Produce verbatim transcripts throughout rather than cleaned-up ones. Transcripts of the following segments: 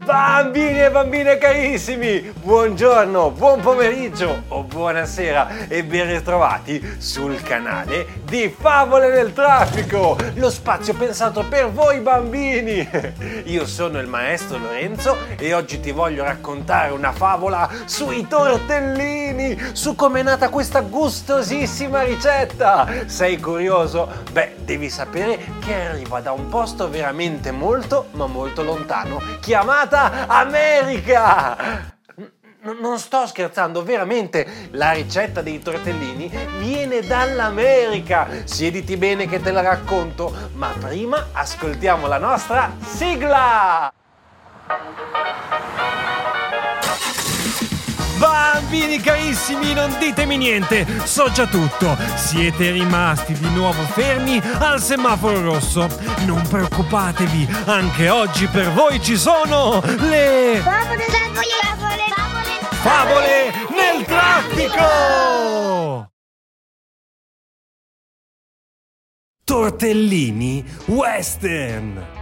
Bambini e bambine carissimi, buongiorno, buon pomeriggio o buonasera e ben ritrovati sul canale di Favole nel Traffico, lo spazio pensato per voi bambini. Io sono il maestro Lorenzo e oggi ti voglio raccontare una favola sui tortellini, su come è nata questa gustosissima ricetta. Sei curioso? Beh, devi sapere che arriva da un posto veramente molto ma molto lontano, chiamata America! N- non sto scherzando, veramente, la ricetta dei tortellini viene dall'America. Siediti bene che te la racconto, ma prima ascoltiamo la nostra sigla! Bambini carissimi, non ditemi niente, so già tutto. Siete rimasti di nuovo fermi al semaforo rosso. Non preoccupatevi, anche oggi per voi ci sono le Favole, favole, favole, favole, favole nel traffico! Tortellini western.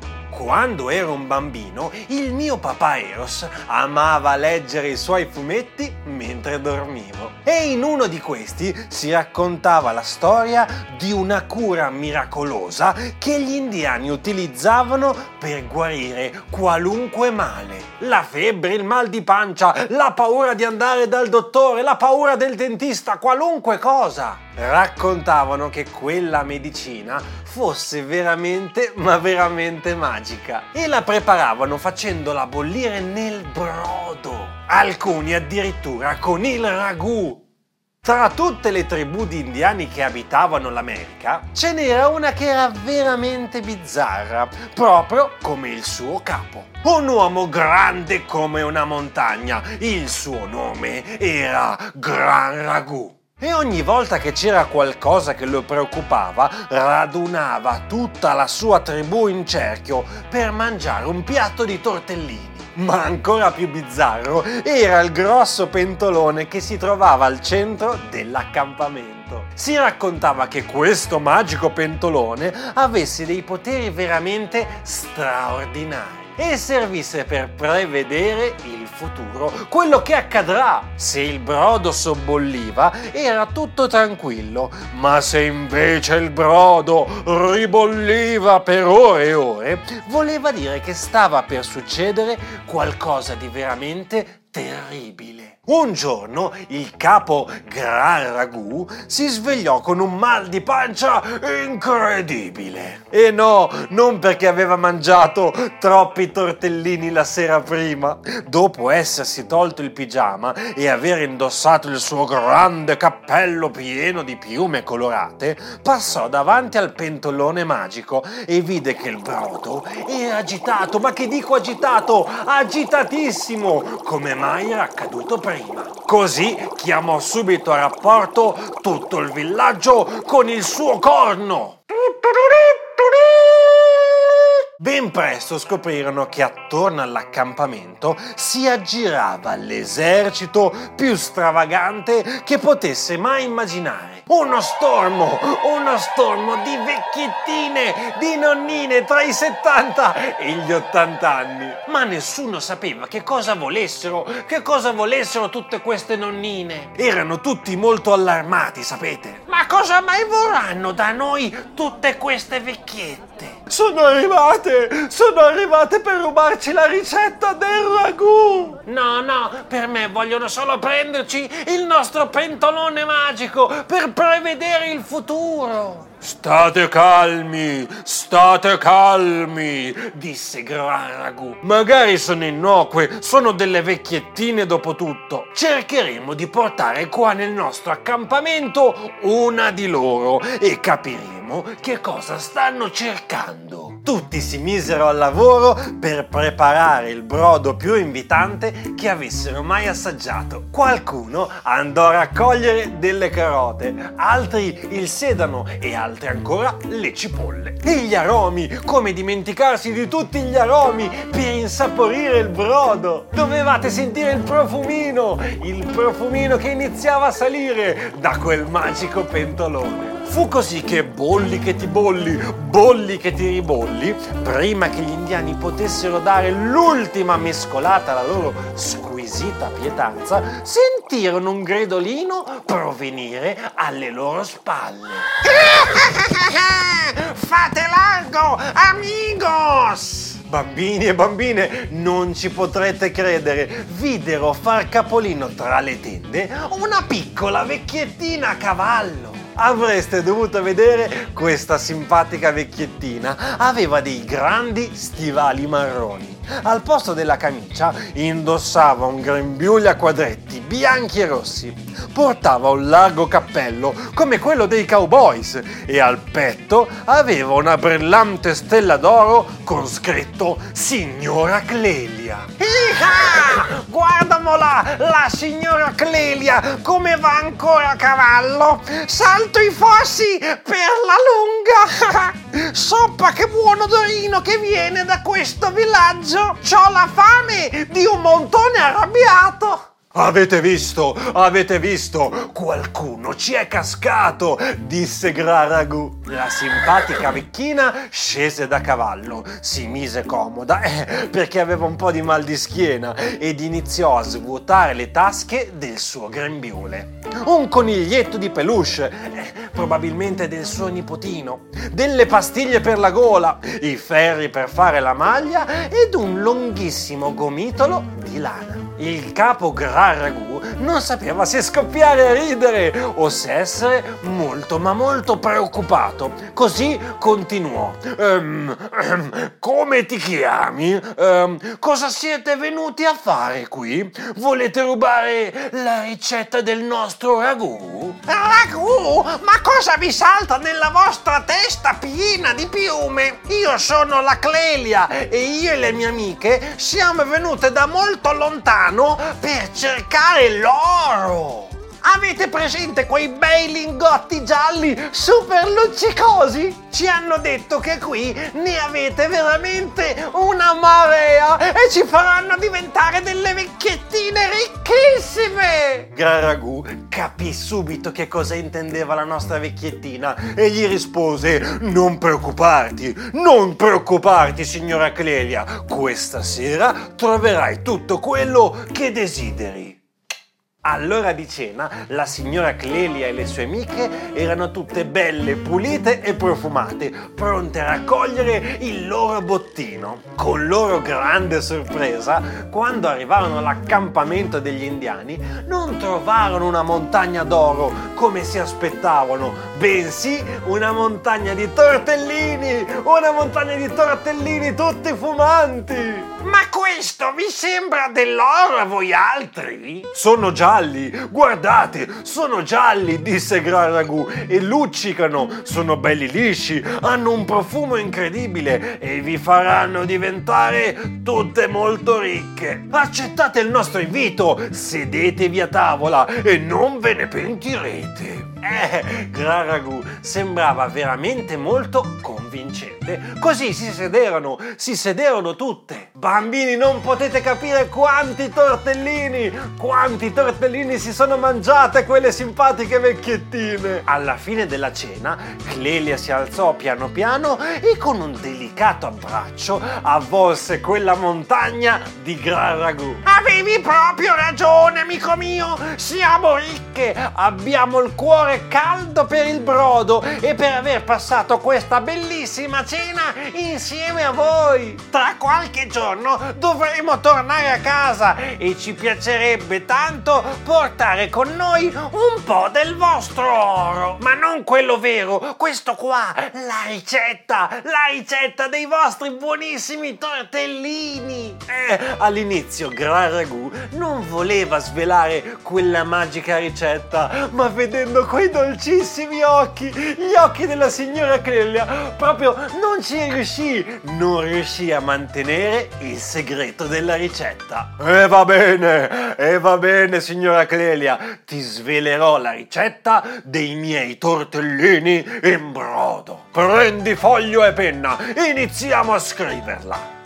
Quando ero un bambino, il mio papà Eros amava leggere i suoi fumetti mentre dormivo. E in uno di questi si raccontava la storia di una cura miracolosa che gli indiani utilizzavano per guarire qualunque male. La febbre, il mal di pancia, la paura di andare dal dottore, la paura del dentista, qualunque cosa. Raccontavano che quella medicina fosse veramente, ma veramente magica. E la preparavano facendola bollire nel brodo. Alcuni addirittura con il ragù. Tra tutte le tribù di indiani che abitavano l'America, ce n'era una che era veramente bizzarra, proprio come il suo capo. Un uomo grande come una montagna. Il suo nome era Gran Ragù. E ogni volta che c'era qualcosa che lo preoccupava, radunava tutta la sua tribù in cerchio per mangiare un piatto di tortellini. Ma ancora più bizzarro era il grosso pentolone che si trovava al centro dell'accampamento. Si raccontava che questo magico pentolone avesse dei poteri veramente straordinari e servisse per prevedere il futuro, quello che accadrà. Se il brodo sobbolliva era tutto tranquillo, ma se invece il brodo ribolliva per ore e ore, voleva dire che stava per succedere qualcosa di veramente terribile. Un giorno il capo Gran Ragù si svegliò con un mal di pancia incredibile. E no, non perché aveva mangiato troppi tortellini la sera prima. Dopo essersi tolto il pigiama e aver indossato il suo grande cappello pieno di piume colorate, passò davanti al pentolone magico e vide che il brodo era agitato, ma che dico agitato, agitatissimo, come mai era accaduto prima. Così chiamò subito a rapporto tutto il villaggio con il suo corno. Ben presto scoprirono che attorno all'accampamento si aggirava l'esercito più stravagante che potesse mai immaginare. Uno stormo, uno stormo di vecchiettine, di nonnine tra i settanta e gli ottanta anni. Ma nessuno sapeva che cosa volessero, che cosa volessero tutte queste nonnine. Erano tutti molto allarmati, sapete? Ma cosa mai vorranno da noi tutte queste vecchiette? Sono arrivate, sono arrivate per rubarci la ricetta del ragù. No, no, per me vogliono solo prenderci il nostro pentolone magico per prevedere il futuro. State calmi, state calmi, disse Gran Ragù. Magari sono innocue, sono delle vecchiettine dopo tutto. Cercheremo di portare qua nel nostro accampamento una di loro e capiremo che cosa stanno cercando. Tutti si misero al lavoro per preparare il brodo più invitante che avessero mai assaggiato. Qualcuno andò a raccogliere delle carote, altri il sedano e altri ancora le cipolle. E gli aromi, come dimenticarsi di tutti gli aromi per insaporire il brodo? Dovevate sentire il profumino, il profumino che iniziava a salire da quel magico pentolone. Fu così che bolli che ti bolli, bolli che ti ribolli, prima che gli indiani potessero dare l'ultima mescolata alla loro squisita pietanza, sentirono un gridolino provenire alle loro spalle. Fate largo, amigos! Bambini e bambine, non ci potrete credere, videro far capolino tra le tende una piccola vecchiettina a cavallo. Avreste dovuto vedere questa simpatica vecchiettina. Aveva dei grandi stivali marroni. Al posto della camicia indossava un grembiule a quadretti bianchi e rossi. Portava un largo cappello come quello dei cowboys e al petto aveva una brillante stella d'oro con scritto Signora Clelia. Iha! Guardamola, la signora Clelia, come va ancora a cavallo? Salto i fossi per la lunga! Soppa che buon odorino che viene da questo villaggio! C'ho la fame di un montone arrabbiato! Avete visto? Avete visto? Qualcuno ci è cascato, disse Graragu. La simpatica vecchina scese da cavallo, si mise comoda eh, perché aveva un po' di mal di schiena ed iniziò a svuotare le tasche del suo grembiule. Un coniglietto di peluche, eh, probabilmente del suo nipotino, delle pastiglie per la gola, i ferri per fare la maglia ed un lunghissimo gomitolo di lana. Il capo Graragu non sapeva se scoppiare a ridere o se essere molto ma molto preoccupato. Così continuò. Ehm, ehm, come ti chiami? Ehm, cosa siete venuti a fare qui? Volete rubare la ricetta del nostro ragù? Ragù? Ma cosa vi salta nella vostra testa piena di piume? Io sono la Clelia e io e le mie amiche siamo venute da molto lontano per cercare l'oro. Avete presente quei bei lingotti gialli super luccicosi? Ci hanno detto che qui ne avete veramente una marea e ci faranno diventare delle vecchiettine ricchissime! Graragu capì subito che cosa intendeva la nostra vecchiettina e gli rispose: non preoccuparti, non preoccuparti signora Clelia, questa sera troverai tutto quello che desideri. All'ora di cena, la signora Clelia e le sue amiche erano tutte belle, pulite e profumate, pronte a raccogliere il loro bottino. Con loro grande sorpresa, quando arrivarono all'accampamento degli indiani, non trovarono una montagna d'oro come si aspettavano, bensì una montagna di tortellini, una montagna di tortellini tutti fumanti. Ma questo vi sembra dell'oro a voi altri? Sono gialli, guardate, sono gialli, disse Graragu, e luccicano, sono belli lisci, hanno un profumo incredibile e vi faranno diventare tutte molto ricche. Accettate il nostro invito, sedetevi a tavola e non ve ne pentirete. Eh, Graragu sembrava veramente molto convincente. Così si sederono, si sederono tutte. Bambini, non potete capire quanti tortellini, quanti tortellini si sono mangiate quelle simpatiche vecchiettine. Alla fine della cena, Clelia si alzò piano piano e con un delicato abbraccio avvolse quella montagna di Graragu. Avevi proprio ragione, amico mio. Siamo ricche, abbiamo il cuore caldo per il brodo e per aver passato questa bellissima cena insieme a voi. Tra qualche giorno dovremo tornare a casa e ci piacerebbe tanto portare con noi un po' del vostro oro, ma non quello vero, questo qua, la ricetta, la ricetta dei vostri buonissimi tortellini. Eh, all'inizio Graragu non voleva svelare quella magica ricetta, ma vedendo quei dolcissimi occhi, gli occhi della signora Clelia, proprio non ci riuscì, non riuscì a mantenere il segreto della ricetta. E va bene, e va bene signora Clelia, ti svelerò la ricetta dei miei tortellini in brodo. Prendi foglio e penna, iniziamo a scriverla.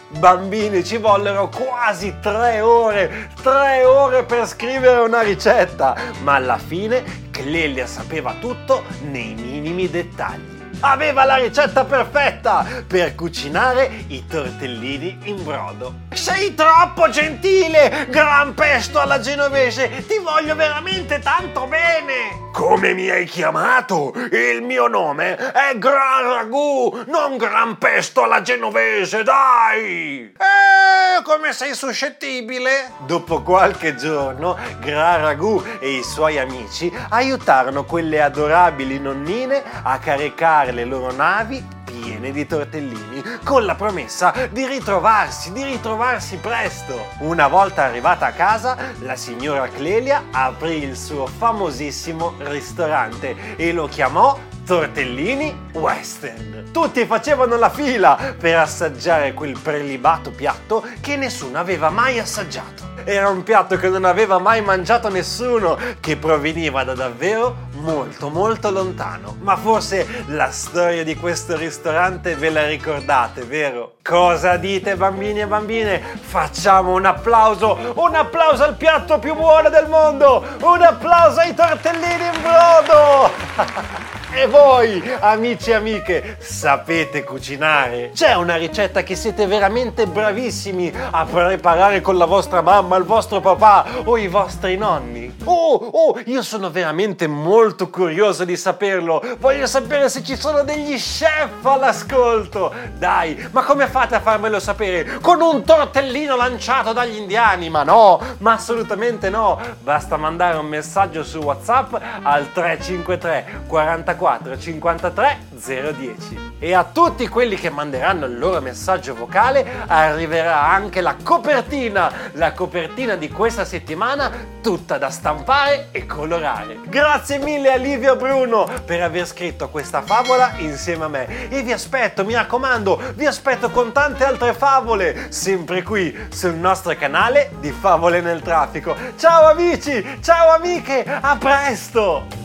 Bambini, ci vollero quasi tre ore, tre ore per scrivere una ricetta, ma alla fine Clelia sapeva tutto nei minimi dettagli. Aveva la ricetta perfetta per cucinare i tortellini in brodo. Sei troppo gentile, gran pesto alla genovese, ti voglio veramente tanto bene. Come mi hai chiamato? Il mio nome è Gran Ragù, non Gran Pesto alla genovese, dai! Eh, come sei suscettibile? Dopo qualche giorno, Gran Ragù e i suoi amici aiutarono quelle adorabili nonnine a caricare le loro navi piene di tortellini, con la promessa di ritrovarsi, di ritrovarsi presto. Una volta arrivata a casa, la signora Clelia aprì il suo famosissimo ristorante e lo chiamò Tortellini Western. Tutti facevano la fila per assaggiare quel prelibato piatto che nessuno aveva mai assaggiato. Era un piatto che non aveva mai mangiato nessuno, che proveniva da davvero molto molto lontano. Ma forse la storia di questo ristorante ve la ricordate, vero? Cosa dite, bambini e bambine? Facciamo un applauso, un applauso al piatto più buono del mondo, un applauso ai tortellini in brodo! E voi, amici e amiche, sapete cucinare? C'è una ricetta che siete veramente bravissimi a preparare con la vostra mamma, il vostro papà o i vostri nonni? Oh, oh, io sono veramente molto curioso di saperlo. Voglio sapere se ci sono degli chef all'ascolto. Dai, ma come fate a farmelo sapere? Con un tortellino lanciato dagli indiani? Ma no, ma assolutamente no. Basta mandare un messaggio su WhatsApp al tre cinque tre quarantaquattro cinquantatré zero dieci. E a tutti quelli che manderanno il loro messaggio vocale arriverà anche la copertina, la copertina di questa settimana, tutta da stampare e colorare. Grazie mille a Livio Bruno per aver scritto questa favola insieme a me e vi aspetto, mi raccomando, vi aspetto con tante altre favole, sempre qui sul nostro canale di Favole nel Traffico. Ciao amici, ciao amiche, a presto!